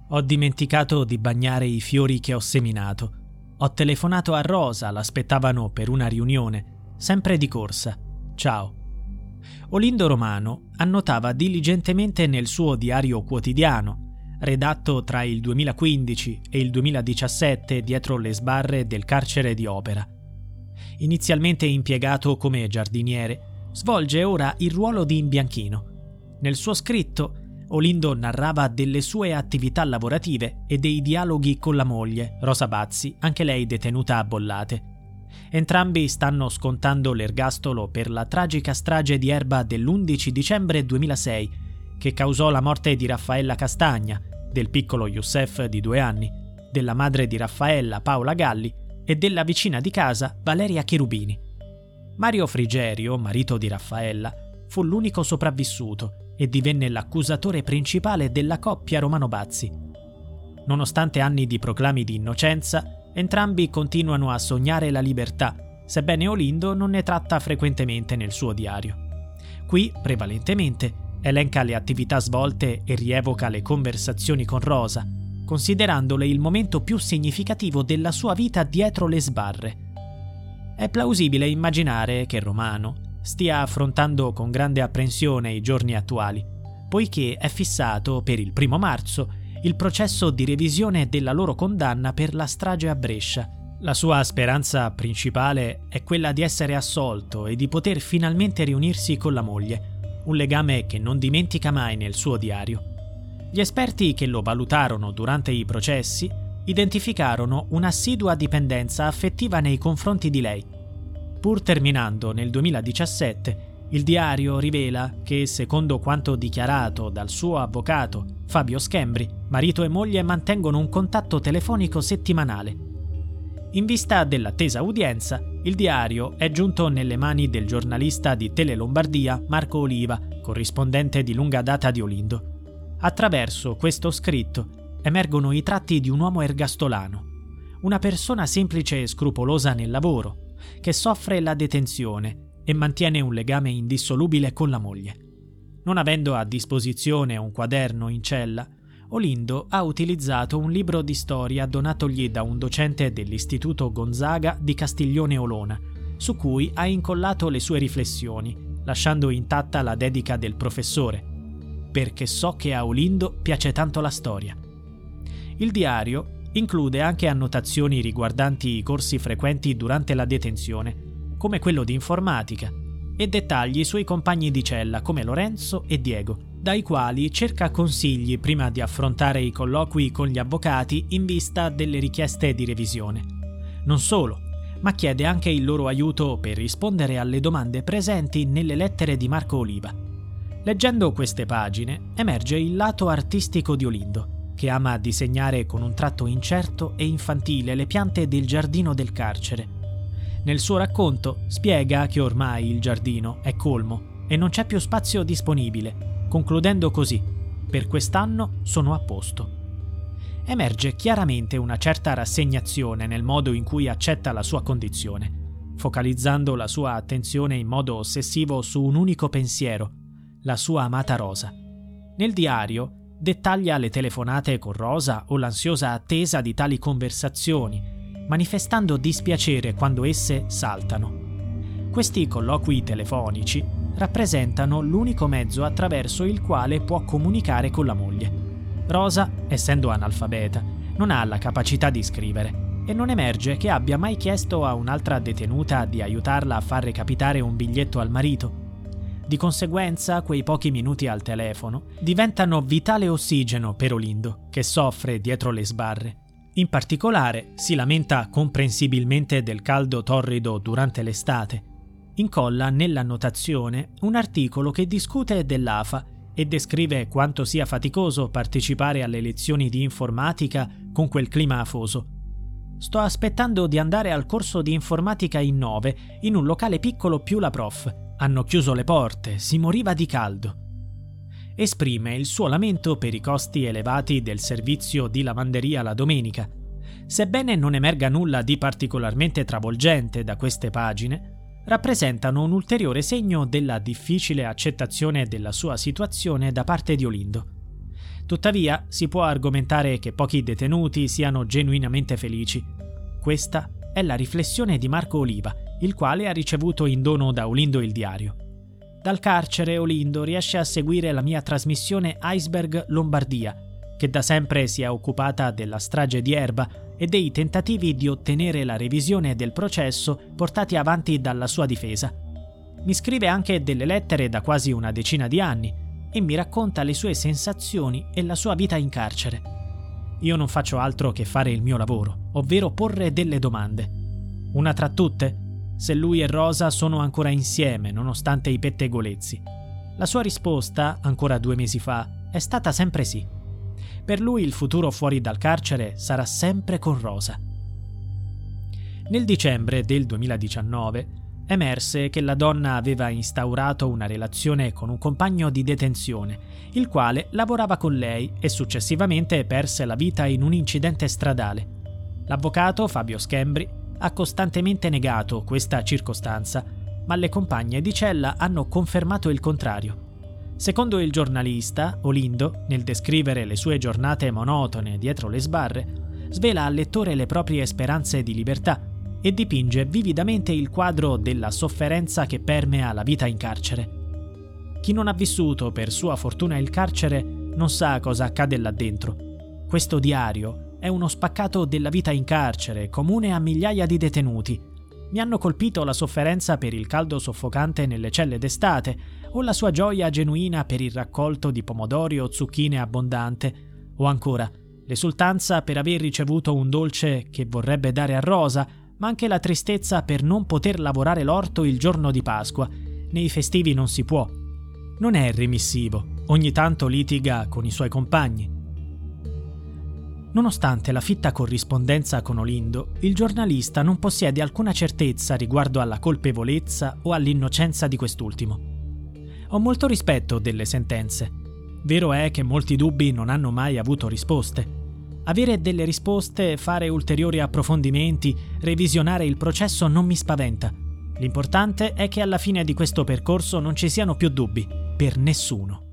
Ho dimenticato di bagnare i fiori che ho seminato. Ho telefonato a Rosa, l'aspettavano per una riunione, sempre di corsa. Ciao. Olindo Romano annotava diligentemente nel suo diario quotidiano, redatto tra il 2015 e il 2017 dietro le sbarre del carcere di Opera. Inizialmente impiegato come giardiniere, svolge ora il ruolo di imbianchino. Nel suo scritto, Olindo narrava delle sue attività lavorative e dei dialoghi con la moglie, Rosa Bazzi, anche lei detenuta a Bollate. Entrambi stanno scontando l'ergastolo per la tragica strage di Erba dell'11 dicembre 2006, che causò la morte di Raffaella Castagna, del piccolo Youssef di 2 anni, della madre di Raffaella, Paola Galli, e della vicina di casa, Valeria Cherubini. Mario Frigerio, marito di Raffaella, fu l'unico sopravvissuto e divenne l'accusatore principale della coppia Romano Bazzi. Nonostante anni di proclami di innocenza, entrambi continuano a sognare la libertà, sebbene Olindo non ne tratta frequentemente nel suo diario. Qui, prevalentemente, elenca le attività svolte e rievoca le conversazioni con Rosa, considerandole il momento più significativo della sua vita dietro le sbarre. È plausibile immaginare che Romano stia affrontando con grande apprensione i giorni attuali, poiché è fissato per il 1 marzo il processo di revisione della loro condanna per la strage a Brescia. La sua speranza principale è quella di essere assolto e di poter finalmente riunirsi con la moglie, un legame che non dimentica mai nel suo diario. Gli esperti che lo valutarono durante i processi identificarono un'assidua dipendenza affettiva nei confronti di lei. Pur terminando nel 2017, il diario rivela che, secondo quanto dichiarato dal suo avvocato Fabio Schembri, marito e moglie mantengono un contatto telefonico settimanale. In vista dell'attesa udienza, il diario è giunto nelle mani del giornalista di Tele Lombardia Marco Oliva, corrispondente di lunga data di Olindo. Attraverso questo scritto emergono i tratti di un uomo ergastolano, una persona semplice e scrupolosa nel lavoro, che soffre la detenzione e mantiene un legame indissolubile con la moglie. Non avendo a disposizione un quaderno in cella, Olindo ha utilizzato un libro di storia donatogli da un docente dell'Istituto Gonzaga di Castiglione Olona, su cui ha incollato le sue riflessioni, lasciando intatta la dedica del professore, perché so che a Olindo piace tanto la storia. Il diario include anche annotazioni riguardanti i corsi frequenti durante la detenzione, come quello di informatica, e dettagli sui compagni di cella come Lorenzo e Diego, dai quali cerca consigli prima di affrontare i colloqui con gli avvocati in vista delle richieste di revisione. Non solo, ma chiede anche il loro aiuto per rispondere alle domande presenti nelle lettere di Marco Oliva. Leggendo queste pagine emerge il lato artistico di Olindo, che ama disegnare con un tratto incerto e infantile le piante del giardino del carcere. Nel suo racconto spiega che ormai il giardino è colmo e non c'è più spazio disponibile, concludendo così: per quest'anno sono a posto. Emerge chiaramente una certa rassegnazione nel modo in cui accetta la sua condizione, focalizzando la sua attenzione in modo ossessivo su un unico pensiero, la sua amata Rosa. Nel diario dettaglia le telefonate con Rosa o l'ansiosa attesa di tali conversazioni, manifestando dispiacere quando esse saltano. Questi colloqui telefonici rappresentano l'unico mezzo attraverso il quale può comunicare con la moglie. Rosa, essendo analfabeta, non ha la capacità di scrivere e non emerge che abbia mai chiesto a un'altra detenuta di aiutarla a far recapitare un biglietto al marito. Di conseguenza, quei pochi minuti al telefono diventano vitale ossigeno per Olindo, che soffre dietro le sbarre. In particolare, si lamenta comprensibilmente del caldo torrido durante l'estate. Incolla nell'annotazione un articolo che discute dell'AFA e descrive quanto sia faticoso partecipare alle lezioni di informatica con quel clima afoso. Sto aspettando di andare al corso di informatica in 9 in un locale piccolo più la prof. Hanno chiuso le porte, si moriva di caldo. Esprime il suo lamento per i costi elevati del servizio di lavanderia la domenica. Sebbene non emerga nulla di particolarmente travolgente da queste pagine, rappresentano un ulteriore segno della difficile accettazione della sua situazione da parte di Olindo. Tuttavia, si può argomentare che pochi detenuti siano genuinamente felici. Questa è la riflessione di Marco Oliva, il quale ha ricevuto in dono da Olindo il diario. Dal carcere Olindo riesce a seguire la mia trasmissione Iceberg Lombardia, che da sempre si è occupata della strage di Erba e dei tentativi di ottenere la revisione del processo portati avanti dalla sua difesa. Mi scrive anche delle lettere da quasi una decina di anni e mi racconta le sue sensazioni e la sua vita in carcere. Io non faccio altro che fare il mio lavoro, ovvero porre delle domande. Una tra tutte: se lui e Rosa sono ancora insieme nonostante i pettegolezzi. La sua risposta, ancora 2 mesi fa, è stata sempre sì. Per lui il futuro fuori dal carcere sarà sempre con Rosa. Nel dicembre del 2019 emerse che la donna aveva instaurato una relazione con un compagno di detenzione, il quale lavorava con lei e successivamente perse la vita in un incidente stradale. L'avvocato Fabio Schembri ha costantemente negato questa circostanza, ma le compagne di cella hanno confermato il contrario. Secondo il giornalista, Olindo, nel descrivere le sue giornate monotone dietro le sbarre, svela al lettore le proprie speranze di libertà e dipinge vividamente il quadro della sofferenza che permea la vita in carcere. Chi non ha vissuto per sua fortuna il carcere non sa cosa accade là dentro. Questo diario è uno spaccato della vita in carcere, comune a migliaia di detenuti. Mi hanno colpito la sofferenza per il caldo soffocante nelle celle d'estate o la sua gioia genuina per il raccolto di pomodori o zucchine abbondante, o ancora l'esultanza per aver ricevuto un dolce che vorrebbe dare a Rosa, ma anche la tristezza per non poter lavorare l'orto il giorno di Pasqua. Nei festivi non si può. Non è remissivo, ogni tanto litiga con i suoi compagni. Nonostante la fitta corrispondenza con Olindo, il giornalista non possiede alcuna certezza riguardo alla colpevolezza o all'innocenza di quest'ultimo. Ho molto rispetto delle sentenze. Vero è che molti dubbi non hanno mai avuto risposte. Avere delle risposte, fare ulteriori approfondimenti, revisionare il processo non mi spaventa. L'importante è che alla fine di questo percorso non ci siano più dubbi, per nessuno.